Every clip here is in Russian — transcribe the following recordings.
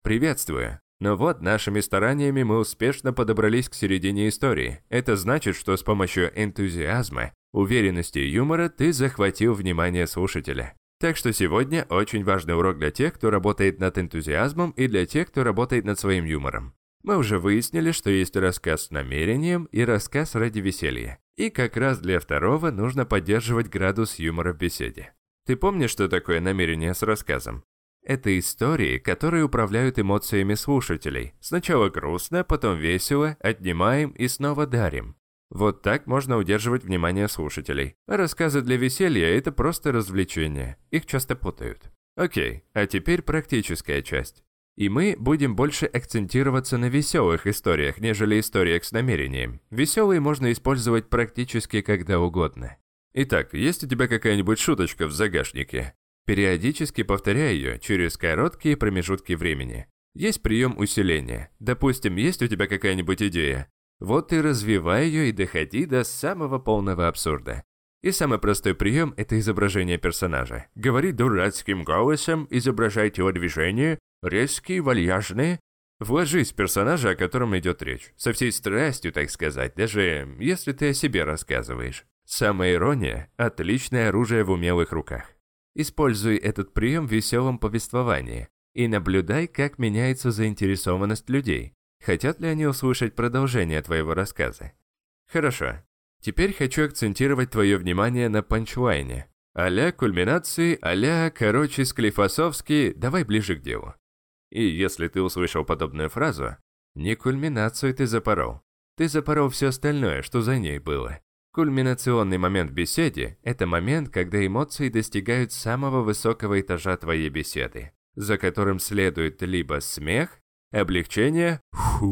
Приветствую! Но вот нашими стараниями мы успешно подобрались к середине истории. Это значит, что с помощью энтузиазма, уверенности и юмора ты захватил внимание слушателя. Так что сегодня очень важный урок для тех, кто работает над энтузиазмом, и для тех, кто работает над своим юмором. Мы уже выяснили, что есть рассказ с намерением и рассказ ради веселья. И как раз для второго нужно поддерживать градус юмора в беседе. Ты помнишь, что такое намерение с рассказом? Это истории, которые управляют эмоциями слушателей. Сначала грустно, потом весело, отнимаем и снова дарим. Вот так можно удерживать внимание слушателей. А рассказы для веселья – это просто развлечения. Их часто путают. Окей, а теперь практическая часть. И мы будем больше акцентироваться на веселых историях, нежели историях с намерением. Веселые можно использовать практически когда угодно. Итак, есть у тебя какая-нибудь шуточка в загашнике? Периодически повторяй ее через короткие промежутки времени. Есть прием усиления. Допустим, есть у тебя какая-нибудь идея. Вот и развивай ее и доходи до самого полного абсурда. И самый простой прием – это изображение персонажа. Говори дурацким голосом, изображай телодвижения, резкие, вальяжные. Вложись в персонажа, о котором идет речь. Со всей страстью, так сказать, даже если ты о себе рассказываешь. Самоирония – отличное оружие в умелых руках. Используй этот прием в веселом повествовании и наблюдай, как меняется заинтересованность людей. Хотят ли они услышать продолжение твоего рассказа? Хорошо. Теперь хочу акцентировать твое внимание на панчлайне. А-ля кульминации, а-ля, короче, Склифосовский, давай ближе к делу. И если ты услышал подобную фразу, не кульминацию ты запорол. Ты запорол все остальное, что за ней было. Кульминационный момент в беседе – это момент, когда эмоции достигают самого высокого этажа твоей беседы, за которым следует либо смех, облегчение,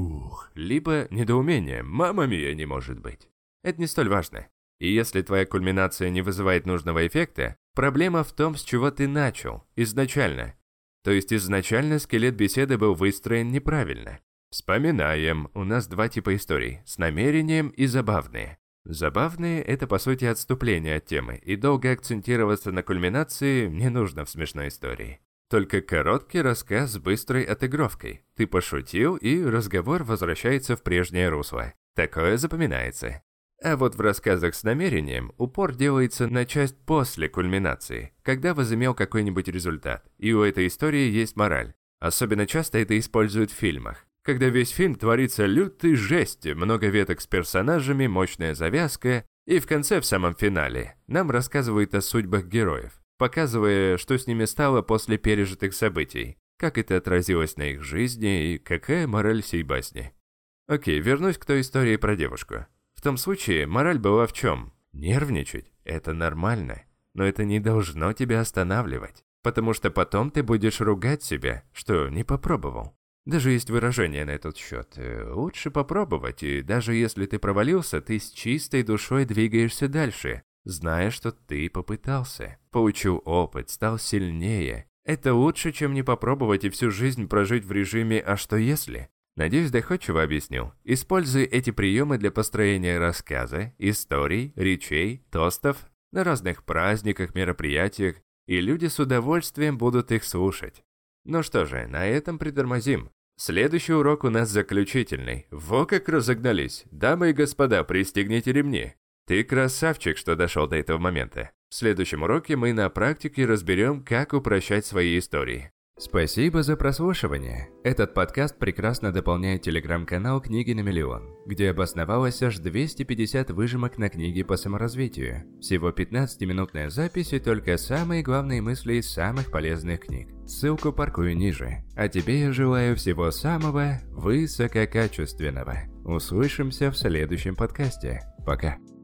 либо недоумение, мамма мия, не может быть. Это не столь важно. И если твоя кульминация не вызывает нужного эффекта, проблема в том, с чего ты начал, изначально. То есть изначально скелет беседы был выстроен неправильно. Вспоминаем, у нас два типа историй – с намерением и забавные. Забавные – это по сути отступление от темы, и долго акцентироваться на кульминации не нужно в смешной истории. Только короткий рассказ с быстрой отыгровкой. Ты пошутил, и разговор возвращается в прежнее русло. Такое запоминается. А вот в рассказах с намерением упор делается на часть после кульминации, когда возымел какой-нибудь результат, и у этой истории есть мораль. Особенно часто это используют в фильмах. Когда весь фильм творится лютой жести, много веток с персонажами, мощная завязка, и в конце, в самом финале, нам рассказывают о судьбах героев, показывая, что с ними стало после пережитых событий, как это отразилось на их жизни и какая мораль сей басни. Окей, вернусь к той истории про девушку. В том случае мораль была в чем? Нервничать – это нормально, но это не должно тебя останавливать, потому что потом ты будешь ругать себя, что не попробовал. Даже есть выражение на этот счет. Лучше попробовать, и даже если ты провалился, ты с чистой душой двигаешься дальше, зная, что ты попытался. Получил опыт, стал сильнее. Это лучше, чем не попробовать и всю жизнь прожить в режиме «а что если?». Надеюсь, доходчиво объяснил. Используй эти приемы для построения рассказа, историй, речей, тостов на разных праздниках, мероприятиях, и люди с удовольствием будут их слушать. Ну что же, на этом притормозим. Следующий урок у нас заключительный. Во как разогнались. Дамы и господа, пристегните ремни. Ты красавчик, что дошел до этого момента. В следующем уроке мы на практике разберем, как упрощать свои истории. Спасибо за прослушивание. Этот подкаст прекрасно дополняет телеграм-канал «Книги на миллион», где обосновалось аж 250 выжимок на книги по саморазвитию. Всего 15-минутная запись и только самые главные мысли из самых полезных книг. Ссылку паркую ниже. А тебе я желаю всего самого высококачественного. Услышимся в следующем подкасте. Пока.